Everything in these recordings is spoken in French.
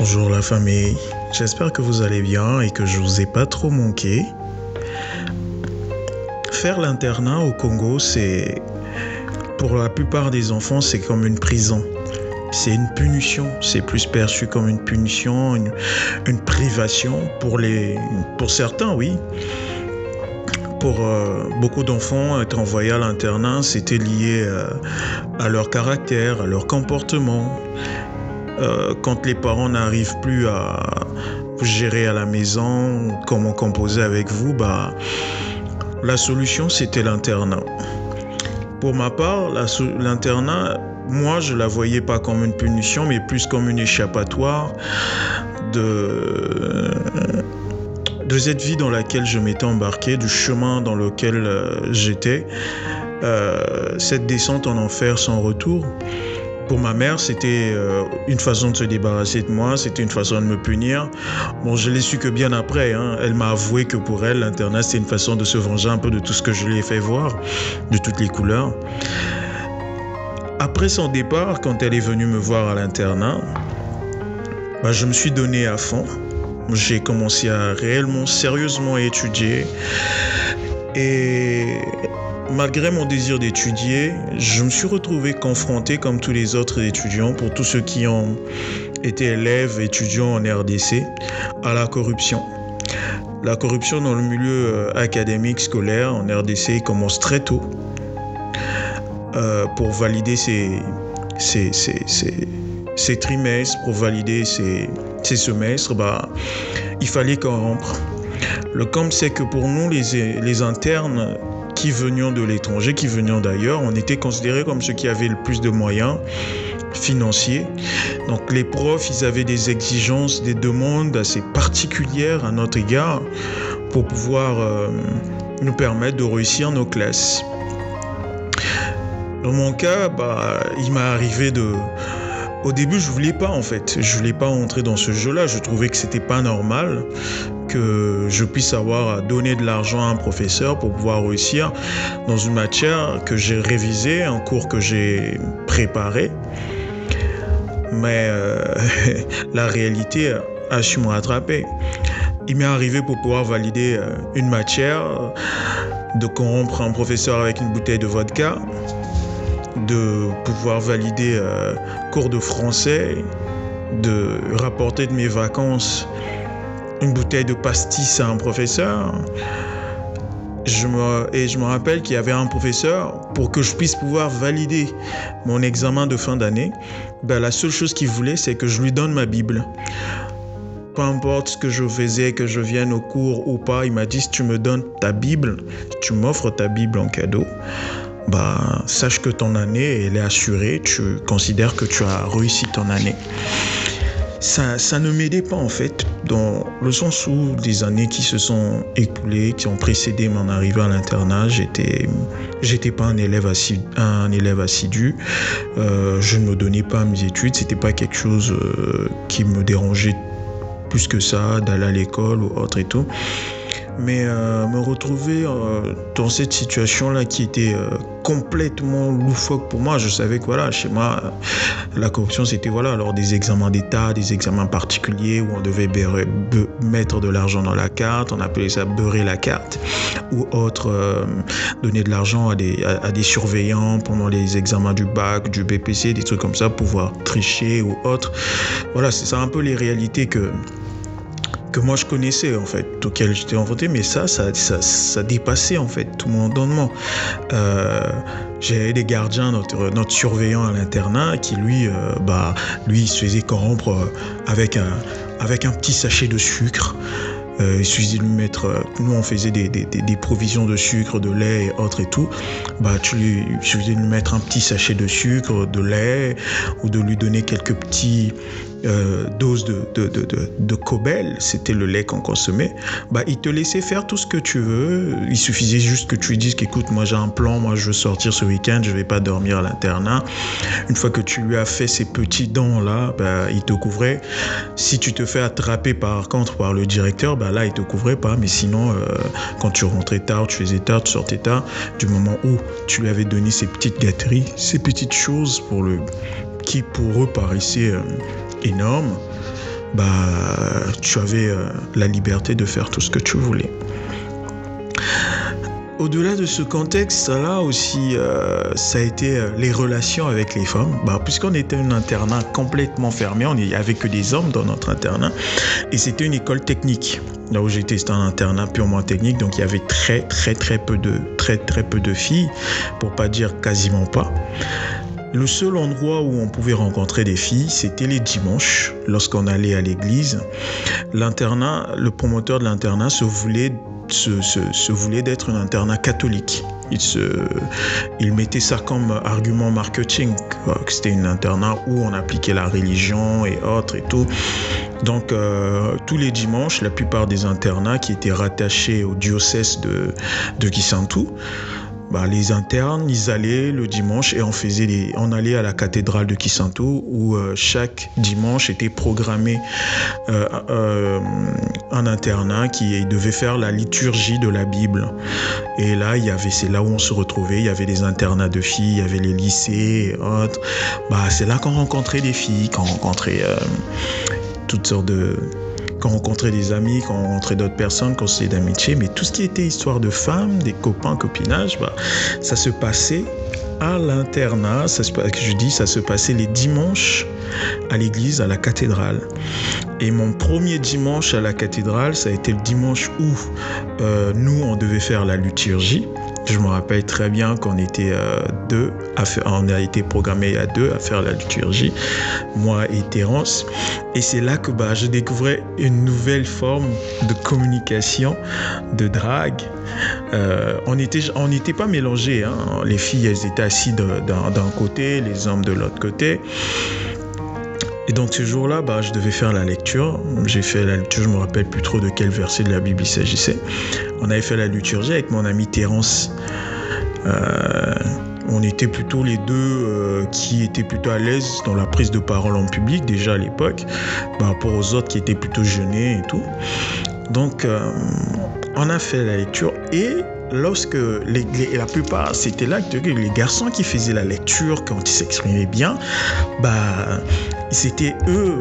Bonjour la famille, j'espère que vous allez bien et que je vous ai pas trop manqué. Faire l'internat au Congo, pour la plupart des enfants, c'est comme une prison. C'est une punition, c'est plus perçu comme une punition, une privation pour certains, oui. Pour beaucoup d'enfants, être envoyés à l'internat, c'était lié à leur caractère, à leur comportement. Quand les parents n'arrivent plus à vous gérer à la maison, comment composer avec vous, la solution c'était l'internat. Pour ma part, l'internat, moi je la voyais pas comme une punition, mais plus comme une échappatoire de cette vie dans laquelle je m'étais embarqué, du chemin dans lequel j'étais, cette descente en enfer sans retour. Pour ma mère, c'était une façon de se débarrasser de moi, c'était une façon de me punir. Bon, je l'ai su que bien après, hein. Elle m'a avoué que pour elle, l'internat, c'était une façon de se venger un peu de tout ce que je lui ai fait voir, de toutes les couleurs. Après son départ, quand elle est venue me voir à l'internat, je me suis donné à fond. J'ai commencé à réellement, sérieusement étudier. Et malgré mon désir d'étudier, je me suis retrouvé confronté, comme tous les autres étudiants, pour tous ceux qui ont été élèves, étudiants en RDC, à la corruption. La corruption dans le milieu académique, scolaire, en RDC, commence très tôt. Pour valider ses trimestres, pour valider ses semestres, il fallait corrompre. Le comble, c'est que pour nous, les internes, qui venions de l'étranger, qui venions d'ailleurs, on était considérés comme ceux qui avaient le plus de moyens financiers. Donc les profs, ils avaient des exigences, des demandes assez particulières à notre égard pour pouvoir nous permettre de réussir nos classes. Dans mon cas, il m'est arrivé Au début, je voulais pas en fait. Je voulais pas entrer dans ce jeu-là. Je trouvais que c'était pas normal que je puisse avoir à donner de l'argent à un professeur pour pouvoir réussir dans une matière que j'ai révisée, un cours que j'ai préparé. Mais la réalité a su me rattraper. Il m'est arrivé pour pouvoir valider une matière, de corrompre un professeur avec une bouteille de vodka, de pouvoir valider cours de français, de rapporter de mes vacances une bouteille de pastis à un professeur. Je me rappelle qu'il y avait un professeur, pour que je puisse pouvoir valider mon examen de fin d'année, la seule chose qu'il voulait, c'est que je lui donne ma Bible. Peu importe ce que je faisais, que je vienne au cours ou pas, il m'a dit, si tu me donnes ta Bible, tu m'offres ta Bible en cadeau, sache que ton année, elle est assurée, tu considères que tu as réussi ton année. Ça ne m'aidait pas en fait, dans le sens où des années qui se sont écoulées, qui ont précédé mon arrivée à l'internat, j'étais pas un élève assidu. Je ne me donnais pas à mes études, c'était pas quelque chose qui me dérangeait plus que ça, d'aller à l'école ou autre et tout. Mais me retrouver dans cette situation-là qui était complètement loufoque pour moi, je savais que chez moi, la corruption c'était lors des examens d'État, des examens particuliers où on devait mettre de l'argent dans la carte, on appelait ça beurrer la carte, ou autre, donner de l'argent à des surveillants pendant les examens du bac, du BPC, des trucs comme ça, pouvoir tricher ou autre. Voilà, c'est ça un peu les réalités que moi je connaissais en fait, auquel j'étais confronté, mais ça dépassait en fait tout mon entendement. J'avais des gardiens, notre surveillant à l'internat, qui lui il se faisait corrompre avec un petit sachet de sucre. Il suffisait de lui mettre, nous on faisait des provisions de sucre, de lait et autres et tout, il suffisait de lui mettre un petit sachet de sucre, de lait, ou de lui donner quelques petits doses de Cobel, c'était le lait qu'on consommait. Il te laissait faire tout ce que tu veux, il suffisait juste que tu lui dises qu'écoute, moi j'ai un plan, moi je veux sortir ce week-end, je vais pas dormir à l'internat. Une fois que tu lui as fait ces petits dons là, il te couvrait. Si tu te fais attraper par contre par le directeur, là il te couvrait pas, mais sinon quand tu rentrais tard, tu faisais tard, tu sortais tard, du moment où tu lui avais donné ces petites gâteries, ces petites choses qui pour eux paraissaient énormes, tu avais la liberté de faire tout ce que tu voulais. Au-delà de ce contexte-là aussi, ça a été les relations avec les femmes. Puisqu'on était un internat complètement fermé, on n'y avait que des hommes dans notre internat. Et c'était une école technique. Là où j'étais, c'était un internat purement technique. Donc, il y avait très peu de filles, pour pas dire quasiment pas. Le seul endroit où on pouvait rencontrer des filles, c'était les dimanches, lorsqu'on allait à l'église. L'internat, le promoteur de l'internat se voulait d'être un internat catholique. Il mettait ça comme argument marketing, que c'était un internat où on appliquait la religion et autres et tout. Donc, tous les dimanches, la plupart des internats qui étaient rattachés au diocèse de Kisantu, les internes, ils allaient le dimanche et on allait à la cathédrale de Kisantu où chaque dimanche était programmé un internat qui devait faire la liturgie de la Bible. Et là, c'est là où on se retrouvait. Il y avait des internats de filles, il y avait les lycées et autres. C'est là qu'on rencontrait des filles, qu'on rencontrait toutes sortes de... Qu'on rencontrait des amis, qu'on rencontrait d'autres personnes, qu'on se faisait d'amitié. Mais tout ce qui était histoire de femmes, des copains, copinage, ça se passait à l'internat. Ça se passait les dimanches à l'église, à la cathédrale. Et mon premier dimanche à la cathédrale, ça a été le dimanche où nous, on devait faire la liturgie. Je me rappelle très bien qu'on était on a été programmés à 2 à faire la liturgie, moi et Terence. Et c'est là que je découvrais une nouvelle forme de communication, de drague. On n'était pas mélangés, hein. Les filles, elles étaient assises d'un côté, les hommes de l'autre côté. Et donc ce jour-là, je devais faire la lecture. J'ai fait la lecture, je me rappelle plus trop de quel verset de la Bible il s'agissait. On avait fait la liturgie avec mon ami Terence. On était plutôt les deux qui étaient plutôt à l'aise dans la prise de parole en public déjà à l'époque, par rapport aux autres qui étaient plutôt gênés et tout. Donc on a fait la lecture et lorsque la plupart, c'était là que les garçons qui faisaient la lecture, quand ils s'exprimaient bien, c'était eux,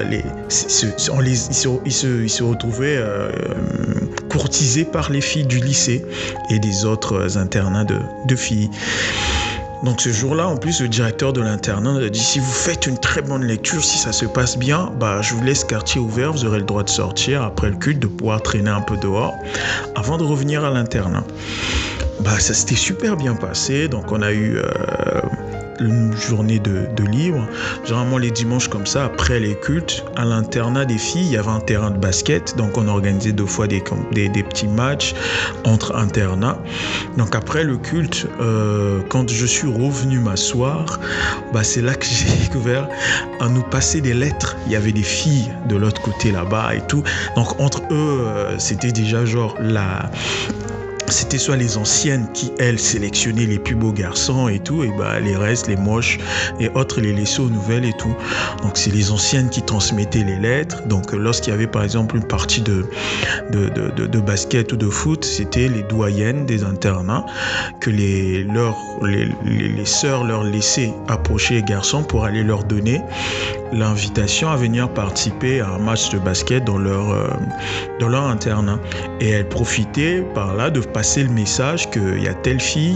ils se retrouvaient courtisés par les filles du lycée et des autres internats de filles. Donc ce jour-là, en plus, le directeur de l'internat a dit, si vous faites une très bonne lecture, si ça se passe bien, je vous laisse quartier ouvert, vous aurez le droit de sortir après le culte, de pouvoir traîner un peu dehors avant de revenir à l'internat. Ça s'était super bien passé, donc on a eu une journée de libre. Généralement les dimanches comme ça, après les cultes, à l'internat des filles, il y avait un terrain de basket, donc on organisait 2 fois des petits matchs entre internats. Donc après le culte, quand je suis revenu m'asseoir, c'est là que j'ai découvert à nous passer des lettres. Il y avait des filles de l'autre côté là-bas et tout. Donc entre eux, c'était déjà genre c'était soit les anciennes qui, elles, sélectionnaient les plus beaux garçons et tout, et les restes, les moches et autres, les laissaient aux nouvelles et tout. Donc, c'est les anciennes qui transmettaient les lettres. Donc, lorsqu'il y avait, par exemple, une partie de basket ou de foot, c'était les doyennes des internats que les sœurs leur laissaient approcher les garçons pour aller leur donner l'invitation à venir participer à un match de basket dans leur internat. Et elles profitaient par là de passer le message qu'il y a telle fille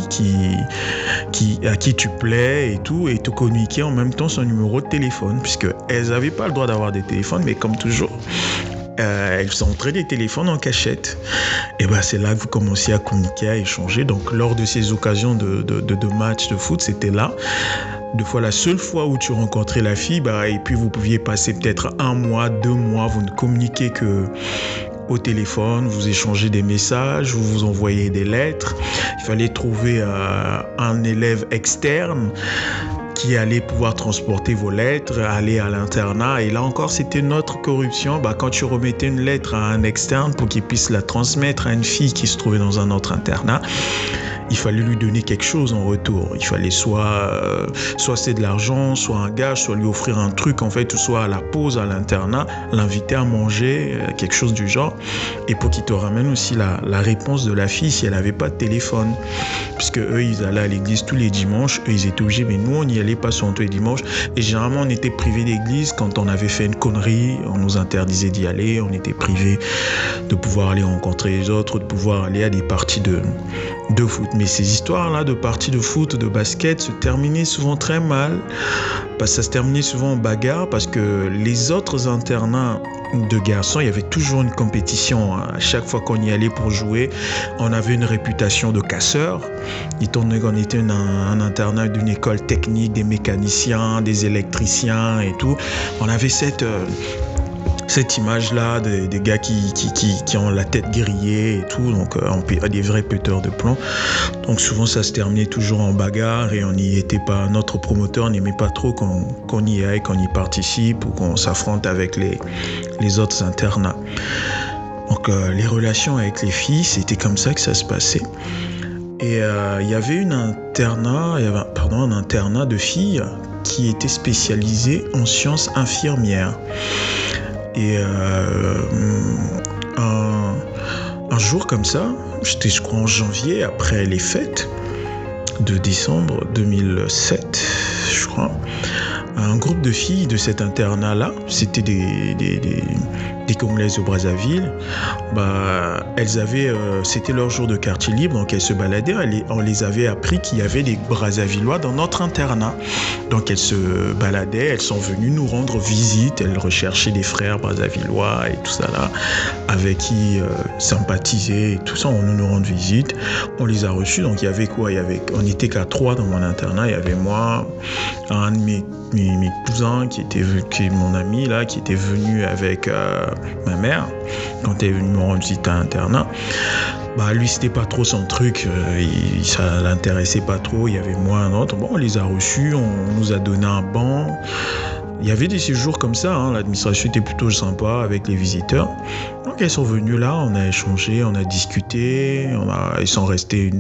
à qui tu plais et tout, et te communiquer en même temps son numéro de téléphone, puisque elles n'avaient pas le droit d'avoir des téléphones, mais comme toujours, elles entraient des téléphones en cachette. Et c'est là que vous commenciez à communiquer, à échanger. Donc lors de ces occasions de matchs de foot, c'était là. 2 fois, la seule fois où tu rencontrais la fille, et puis vous pouviez passer peut-être 1 mois, 2 mois, vous ne communiquez que au téléphone, vous échangez des messages, vous vous envoyez des lettres. Il fallait trouver un élève externe qui allait pouvoir transporter vos lettres, aller à l'internat. Et là encore, c'était notre corruption. Quand tu remettais une lettre à un externe pour qu'il puisse la transmettre à une fille qui se trouvait dans un autre internat, il fallait lui donner quelque chose en retour. Il fallait soit c'est de l'argent, soit un gage, soit lui offrir un truc en fait, ou soit à la pause à l'internat, l'inviter à manger, quelque chose du genre. Et pour qu'il te ramène aussi la réponse de la fille si elle n'avait pas de téléphone. Puisque eux, ils allaient à l'église tous les dimanches, eux, ils étaient obligés, mais nous, on n'y allait pas sur tous les dimanches. Et généralement, on était privés d'église quand on avait fait une connerie, on nous interdisait d'y aller, on était privés de pouvoir aller rencontrer les autres, de pouvoir aller à des parties de foot. Mais ces histoires-là de parties de foot, de basket, se terminaient souvent très mal. Parce que ça se terminait souvent en bagarre, parce que les autres internats de garçons, il y avait toujours une compétition. À chaque fois qu'on y allait pour jouer, on avait une réputation de casseurs. Étant donné qu'on était un internat d'une école technique, des mécaniciens, des électriciens et tout, on avait cette image-là des gars qui ont la tête grillée et tout, donc des vrais péteurs de plomb. Donc souvent ça se terminait toujours en bagarre et on n'y était pas. Notre promoteur n'aimait pas trop qu'on y aille, qu'on y participe ou qu'on s'affronte avec les autres internats. Donc les relations avec les filles, c'était comme ça que ça se passait. Et il y avait un internat de filles qui était spécialisé en sciences infirmières. Et un jour comme ça, j'étais je crois en janvier, après les fêtes de décembre 2007, je crois, un groupe de filles de cet internat-là, c'était des Congolaises au Brazzaville, elles avaient, c'était leur jour de quartier libre, donc elles se baladaient, on les avait appris qu'il y avait des Brazzavillois dans notre internat. Donc elles se baladaient, elles sont venues nous rendre visite, elles recherchaient des frères Brazzavillois et tout ça là, avec qui sympathiser et tout ça, on nous rend visite, on les a reçus. Donc il y avait quoi? On n'était qu'à 3 dans mon internat, il y avait moi, un de mes cousins qui est mon ami là, qui était venu avec ma mère quand elle est venue me rendre visite à l'internat. Lui c'était pas trop son truc, ça l'intéressait pas trop. Il y avait moi, un autre. Bon, on les a reçus, on nous a donné un banc. Il y avait des séjours comme ça, hein. L'administration était plutôt sympa avec les visiteurs. Donc elles sont venues là, on a échangé, on a discuté, ils sont restés une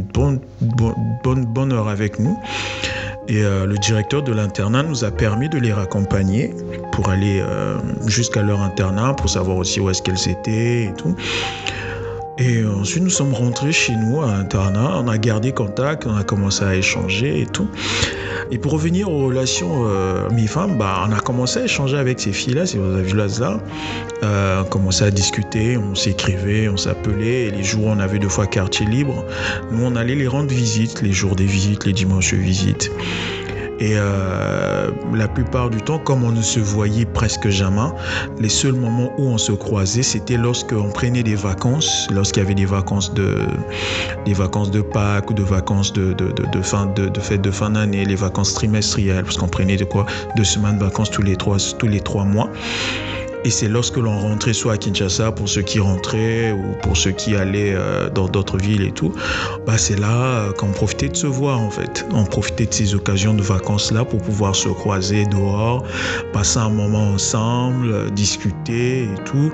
bonne heure avec nous. Et le directeur de l'internat nous a permis de les raccompagner pour aller jusqu'à leur internat, pour savoir aussi où est-ce qu'elles étaient et tout. Et ensuite, nous sommes rentrés chez nous à l'internat, on a gardé contact, on a commencé à échanger et tout. Et pour revenir aux relations mi-femmes, on a commencé à échanger avec ces filles-là, ces Brazzavilloises-là. On commençait à discuter, on s'écrivait, on s'appelait. Et les jours où on avait 2 fois quartier libre, nous, on allait les rendre visite, les jours des visites, les dimanches de visite. Et la plupart du temps, comme on ne se voyait presque jamais, les seuls moments où on se croisait, c'était lorsqu'on prenait des vacances, lorsqu'il y avait des vacances de Pâques ou de vacances de fête de fin d'année, les vacances trimestrielles, parce qu'on prenait 2 semaines de vacances tous les 3 mois. Et c'est lorsque l'on rentrait soit à Kinshasa pour ceux qui rentraient ou pour ceux qui allaient dans d'autres villes et tout, c'est là qu'on profitait de se voir en fait. On profitait de ces occasions de vacances-là pour pouvoir se croiser dehors, passer un moment ensemble, discuter et tout.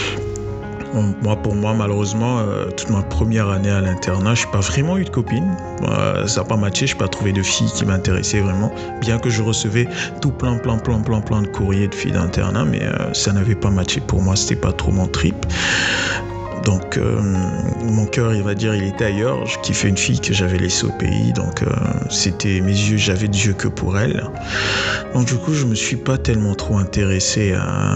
Pour moi, malheureusement, toute ma première année à l'internat, je n'ai pas vraiment eu de copine. Ça n'a pas matché, je n'ai pas trouvé de filles qui m'intéressaient vraiment. Bien que je recevais tout plein de courriers de filles d'internat, mais ça n'avait pas matché pour moi, c'était pas trop mon trip. Donc mon cœur, il était ailleurs. Je kiffais une fille que j'avais laissée au pays, donc c'était mes yeux, j'avais des yeux que pour elle. Donc du coup, je me suis pas tellement trop intéressé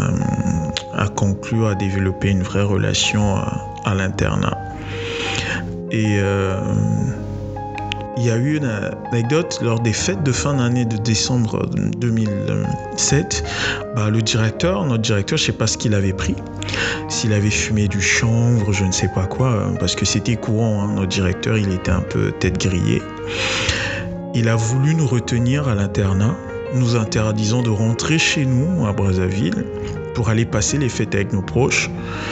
à conclure, à développer une vraie relation à l'internat. Et il y a eu une anecdote lors des fêtes de fin d'année de décembre 2007. Notre directeur, je ne sais pas ce qu'il avait pris. S'il avait fumé du chanvre, je ne sais pas quoi, parce que c'était courant. Notre directeur, il était un peu tête grillée. Il a voulu nous retenir à l'internat, nous interdisant de rentrer chez nous à Brazzaville pour aller passer les fêtes avec nos proches.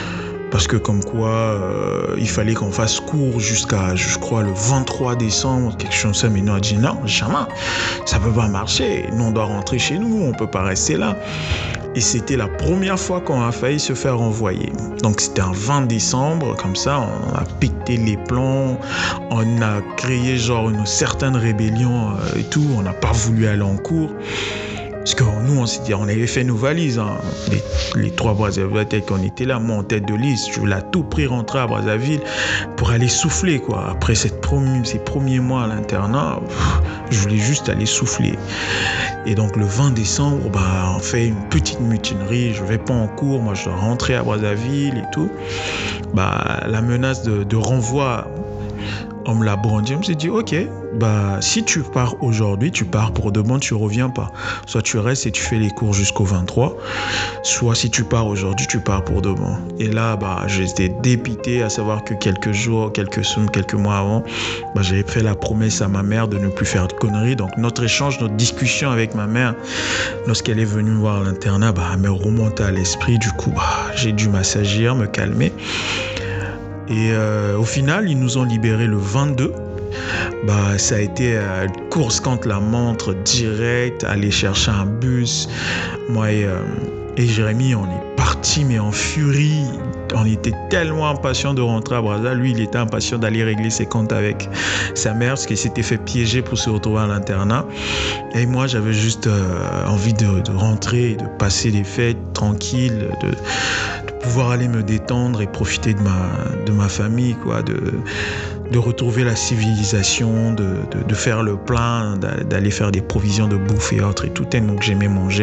parce que comme quoi il fallait qu'on fasse cours jusqu'à, je crois, le 23 décembre, quelque chose comme ça. Mais nous, on a dit non, jamais, ça peut pas marcher. Nous, on doit rentrer chez nous, on peut pas rester là. Et c'était la première fois qu'on a failli se faire renvoyer. Donc c'était un 20 décembre, comme ça, on a piqué les plombs, on a créé genre une certaine rébellion et tout, on n'a pas voulu aller en cours. Parce que nous, on avait fait nos valises, hein. Les 3 Brazzaville qu'on était là, moi en tête de liste, je voulais à tout prix rentrer à Brazzaville pour aller souffler, quoi. Après ces premiers mois à l'internat, je voulais juste aller souffler. Et donc le 20 décembre, on fait une petite mutinerie, je vais pas en cours, moi je dois rentrer à Brazzaville et tout. La menace de renvoi, on me l'a brandi, on me s'est dit ok, si tu pars aujourd'hui, tu pars pour de bon, tu reviens pas. Soit tu restes et tu fais les cours jusqu'au 23, soit si tu pars aujourd'hui, tu pars pour de bon. Et là, j'étais dépité, à savoir que quelques mois avant, j'avais fait la promesse à ma mère de ne plus faire de conneries. Donc notre discussion avec ma mère, lorsqu'elle est venue me voir à l'internat, elle me remonta à l'esprit. Du coup, j'ai dû m'assagir, me calmer. Et au final, ils nous ont libérés le 22. Ça a été une course contre la montre direct, aller chercher un bus. Moi et Jérémy, on est partis, mais en furie. On était tellement impatients de rentrer à Brazza. Lui, il était impatient d'aller régler ses comptes avec sa mère, parce qu'il s'était fait piéger pour se retrouver à l'internat. Et moi, j'avais juste envie de rentrer, de passer les fêtes tranquilles, de pouvoir aller me détendre et profiter de ma famille, quoi, de retrouver la civilisation, de faire le plein, d'aller faire des provisions de bouffe et autres et tout, tellement que j'aimais manger.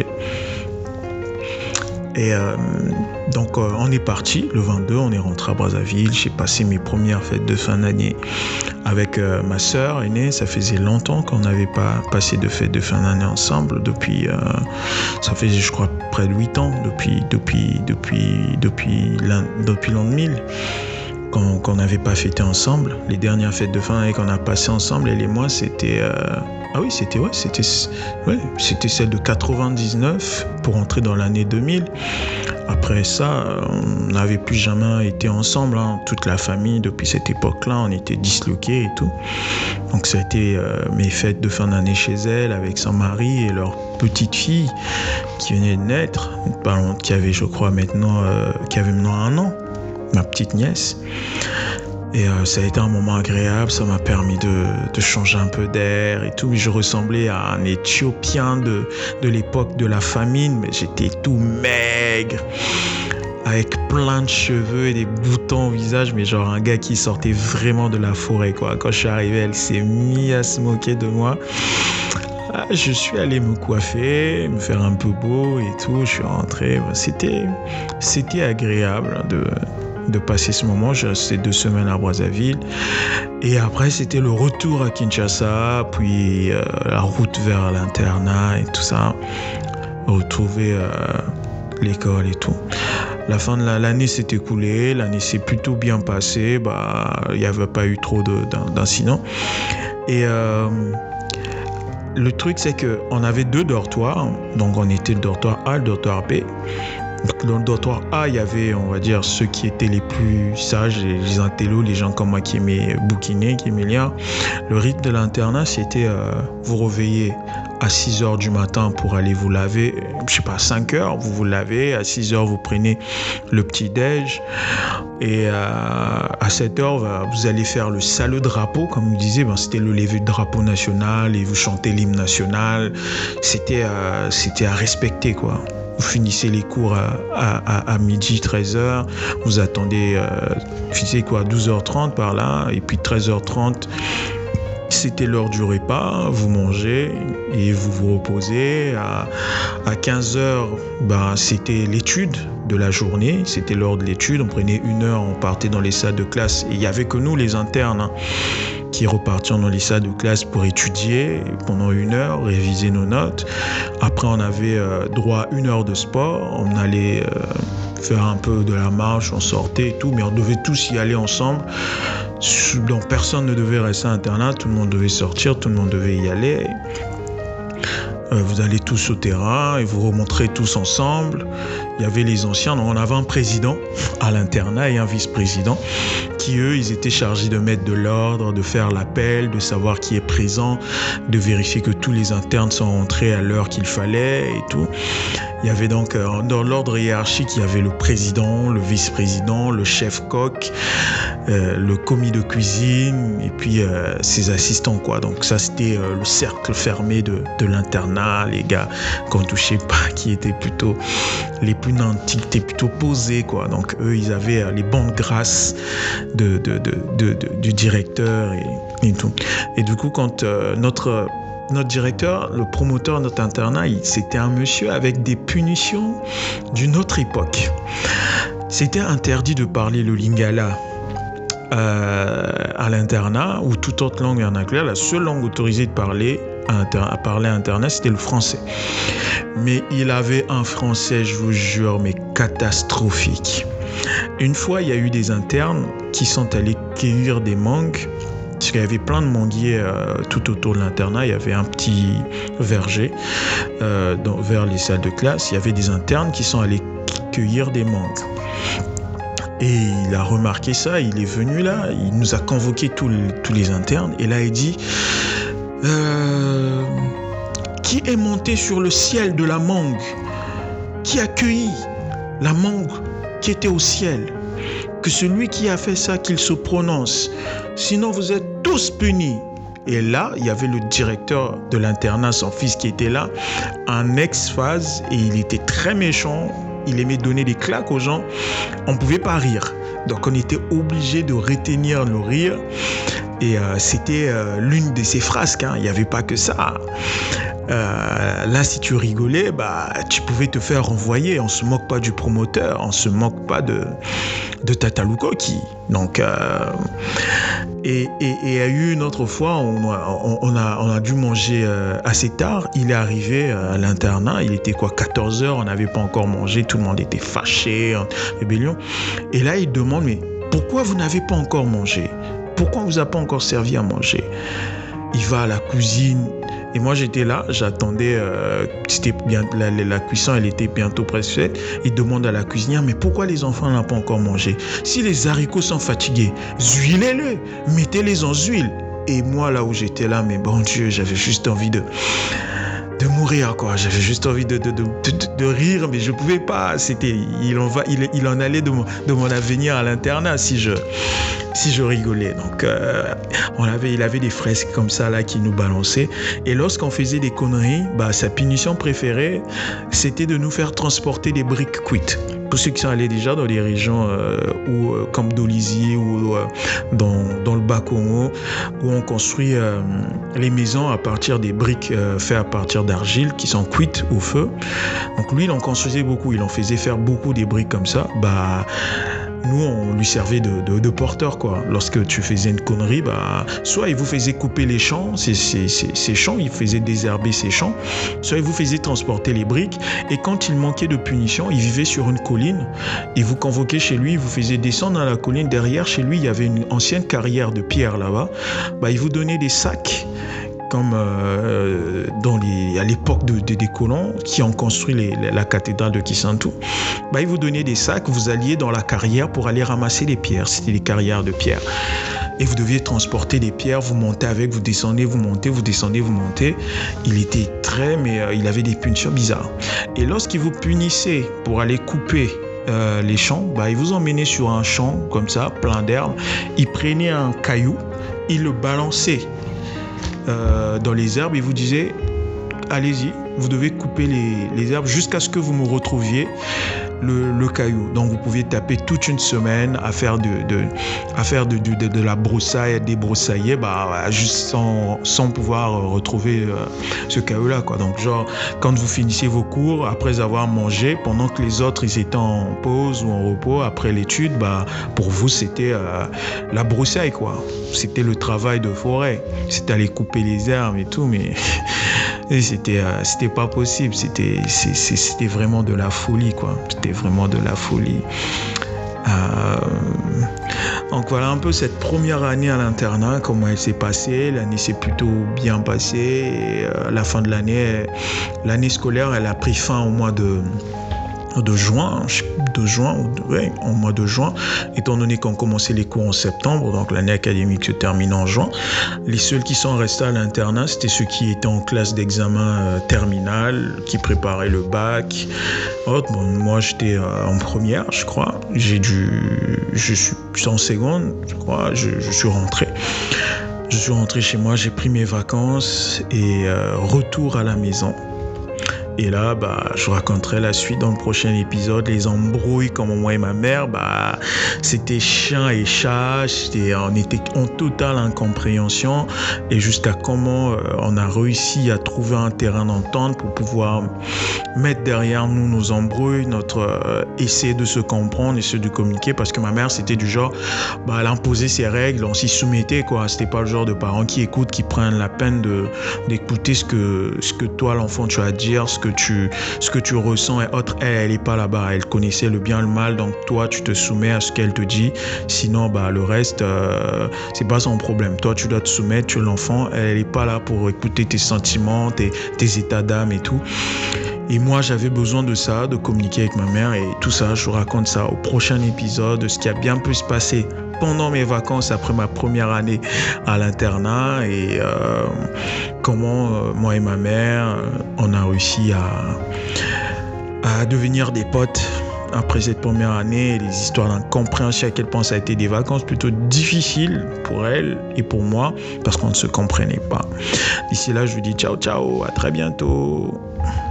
Et donc on est parti le 22, on est rentré à Brazzaville. J'ai passé mes premières fêtes de fin d'année avec ma sœur aînée. Ça faisait longtemps qu'on n'avait pas passé de fêtes de fin d'année ensemble, depuis ça faisait, je crois, près de 8 ans, depuis l'an 2000 qu'on n'avait pas fêté ensemble. Les dernières fêtes de fin d'année qu'on a passées ensemble, elle et moi, c'était c'était celle de 99 pour entrer dans l'année 2000. Après ça, on n'avait plus jamais été ensemble, hein. Toute la famille, depuis cette époque-là, on était disloqués et tout. Donc ça a été mes fêtes de fin d'année chez elle, avec son mari et leur petite fille qui venait de naître, qui avait, je crois, maintenant 1 an, ma petite nièce. Et ça a été un moment agréable, ça m'a permis de changer un peu d'air et tout. Je ressemblais à un Éthiopien de l'époque de la famine, mais j'étais tout maigre, avec plein de cheveux et des boutons au visage, mais genre un gars qui sortait vraiment de la forêt, quoi. Quand je suis arrivé, elle s'est mise à se moquer de moi. Je suis allé me coiffer, me faire un peu beau et tout. Je suis rentré. C'était agréable de passer ce moment. J'ai resté 2 semaines à Brazzaville. Et après, c'était le retour à Kinshasa, puis la route vers l'internat et tout ça. Retrouver l'école et tout. La fin de l'année s'est écoulée. L'année s'est plutôt bien passée. Il n'y avait pas eu trop d'incidents. Et le truc, c'est qu'on avait 2 dortoirs. Donc, on était le dortoir A et le dortoir B. Dans le dortoir A, il y avait, on va dire, ceux qui étaient les plus sages, les intellos, les gens comme moi qui aimaient bouquiner, qui aimaient lire. Le rythme de l'internat, c'était vous réveiller à 6h du matin pour aller vous laver. Je sais pas, 5h, vous lavez. À 6h, vous prenez le petit-déj. Et à 7h, vous allez faire le salut drapeau, comme vous disiez. C'était le lever de drapeau national et vous chantez l'hymne national. C'était à respecter, quoi. Vous finissez les cours à midi, 13h. Vous attendez, 12h30 par là. Et puis 13h30, c'était l'heure du repas. Vous mangez et vous vous reposez. À 15h, c'était l'étude de la journée. C'était l'heure de l'étude. On prenait 1 heure, on partait dans les salles de classe. Et il n'y avait que nous, les internes, hein, qui repartions dans les salles de classe pour étudier pendant 1 heure, réviser nos notes. Après, on avait droit à 1 heure de sport. On allait faire un peu de la marche, on sortait et tout, mais on devait tous y aller ensemble. Donc, personne ne devait rester à l'internat, tout le monde devait sortir, tout le monde devait y aller. Vous allez tous au terrain et vous remonterez tous ensemble. Il y avait les anciens, donc on avait un président à l'internat et un vice-président qui, eux, ils étaient chargés de mettre de l'ordre, de faire l'appel, de savoir qui est présent, de vérifier que tous les internes sont rentrés à l'heure qu'il fallait et tout. Il y avait donc, dans l'ordre hiérarchique, il y avait le président, le vice-président, le chef coq, le commis de cuisine et puis ses assistants, quoi. Donc ça, c'était le cercle fermé de l'internat, les gars qu'on touchait pas, qui étaient plutôt les plus nantis, qui étaient plutôt posés, quoi. Donc eux, ils avaient les bandes grâces du directeur et tout. Et du coup, quand notre directeur, le promoteur de notre internat, c'était un monsieur avec des punitions d'une autre époque. C'était interdit de parler le lingala à l'internat ou toute autre langue vernaculaire. La seule langue autorisée de parler à l'internat, c'était le français. Mais il avait un français, je vous jure, mais catastrophique. Une fois, il y a eu des internes qui sont allés cueillir des mangues. Parce qu'il y avait plein de manguiers tout autour de l'internat. Il y avait un petit verger vers les salles de classe. Il y avait des internes qui sont allés cueillir des mangues. Et il a remarqué ça, il est venu là, il nous a convoqué tous les internes. Et là, il dit qui est monté sur le ciel de la mangue? Qui a cueilli la mangue qui était au ciel? Que celui qui a fait ça, qu'il se prononce. Sinon, vous êtes tous punis. Et là, il y avait le directeur de l'internat, son fils qui était là, en ex-phase, et il était très méchant. Il aimait donner des claques aux gens. On ne pouvait pas rire. Donc, on était obligé de retenir le rire. Et c'était l'une de ses frasques. Il n'y avait pas que ça. Là, si tu rigolais, tu pouvais te faire renvoyer. On ne se moque pas du promoteur. On ne se moque pas de Tatalukoki. Donc, et il y a eu une autre fois, on a dû manger assez tard. Il est arrivé à l'internat, il était 14h, on n'avait pas encore mangé, tout le monde était fâché, en rébellion. Et là, il demande, mais pourquoi vous n'avez pas encore mangé? Pourquoi on ne vous a pas encore servi à manger? Il va à la cuisine. Et moi, j'étais là, j'attendais, c'était bien, la cuisson, elle était bientôt presque faite. Il demande à la cuisinière, mais pourquoi les enfants n'ont pas encore mangé? Si les haricots sont fatigués, huilez-les, mettez-les en huile. Et moi, là où j'étais là, mais bon Dieu, j'avais juste envie de mourir, quoi. J'avais juste envie de rire, mais je pouvais pas. Il en allait de mon avenir à l'internat si je rigolais. Donc, il avait des fresques comme ça là qui nous balançaient. Et lorsqu'on faisait des conneries, sa punition préférée, c'était de nous faire transporter des briques cuites. Pour ceux qui sont allés déjà dans les régions comme Dolisie ou dans le Bas-Congo, où on construit les maisons à partir des briques faites à partir d'argile qui sont cuites au feu. Donc lui, il en construisait beaucoup, il en faisait faire beaucoup des briques comme ça. Nous, on lui servait de porteur, quoi. Lorsque tu faisais une connerie, soit il vous faisait couper les champs, ces champs, il faisait désherber ces champs, soit il vous faisait transporter les briques. Et quand il manquait de punition, il vivait sur une colline. Il vous convoquait chez lui, il vous faisait descendre dans la colline. Derrière, chez lui, il y avait une ancienne carrière de pierre là-bas. Il vous donnait des sacs comme à l'époque des colons qui ont construit la cathédrale de Kisantu. Ils vous donnaient des sacs, vous alliez dans la carrière pour aller ramasser les pierres. C'était des carrières de pierre. Et vous deviez transporter des pierres, vous montez avec, vous descendez, vous montez, vous descendez, vous montez. Il était il avait des punitions bizarres. Et lorsqu'il vous punissait pour aller couper les champs, il vous emmenait sur un champ comme ça, plein d'herbes. Il prenait un caillou, il le balançait dans les herbes, il vous disait allez-y, vous devez couper les herbes jusqu'à ce que vous me retrouviez le caillou. Donc vous pouviez taper toute une semaine à faire de la broussaille, à débroussailler, juste sans pouvoir retrouver ce caillou là, quoi. Donc genre quand vous finissiez vos cours après avoir mangé, pendant que les autres ils étaient en pause ou en repos après l'étude, pour vous c'était la broussaille, quoi. C'était le travail de forêt, c'était aller couper les herbes et tout, mais et c'était pas possible, c'était vraiment de la folie, quoi. C'était vraiment de la folie. Donc voilà un peu cette première année à l'internat, comment elle s'est passée. L'année s'est plutôt bien passée. Et à la fin de l'année scolaire, elle a pris fin au mois de juin, au mois de juin, étant donné qu'on commençait les cours en septembre, donc l'année académique se termine en juin. Les seuls qui sont restés à l'internat, c'était ceux qui étaient en classe d'examen terminale, qui préparaient le bac. Moi, j'étais en première, je crois. Je suis en seconde, je crois. Je suis rentré. Je suis rentré chez moi, j'ai pris mes vacances et retour à la maison. Et là, je raconterai la suite dans le prochain épisode. Les embrouilles comme moi et ma mère, c'était chien et chat. On était en totale incompréhension. Et jusqu'à comment on a réussi à trouver un terrain d'entente pour pouvoir mettre derrière nous nos embrouilles, notre essayer de se comprendre, essayer de communiquer. Parce que ma mère, c'était du genre, elle imposait ses règles, on s'y soumettait, quoi. C'était pas le genre de parents qui écoutent, qui prennent la peine d'écouter ce que toi, l'enfant, tu as à dire, ce que tu ressens et autres. Elle est pas là-bas, elle connaissait le bien et le mal, donc toi tu te soumets à ce qu'elle te dit, sinon le reste c'est pas son problème. Toi tu dois te soumettre, tu es l'enfant, elle est pas là pour écouter tes sentiments, tes états d'âme et tout. Et moi, j'avais besoin de ça, de communiquer avec ma mère et tout ça. Je vous raconte ça au prochain épisode, de ce qui a bien pu se passer pendant mes vacances après ma première année à l'internat et comment moi et ma mère, on a réussi à devenir des potes après cette première année. Les histoires d'incompréhension, à quel point ça a été des vacances plutôt difficiles pour elle et pour moi parce qu'on ne se comprenait pas. D'ici là, je vous dis ciao, ciao, à très bientôt.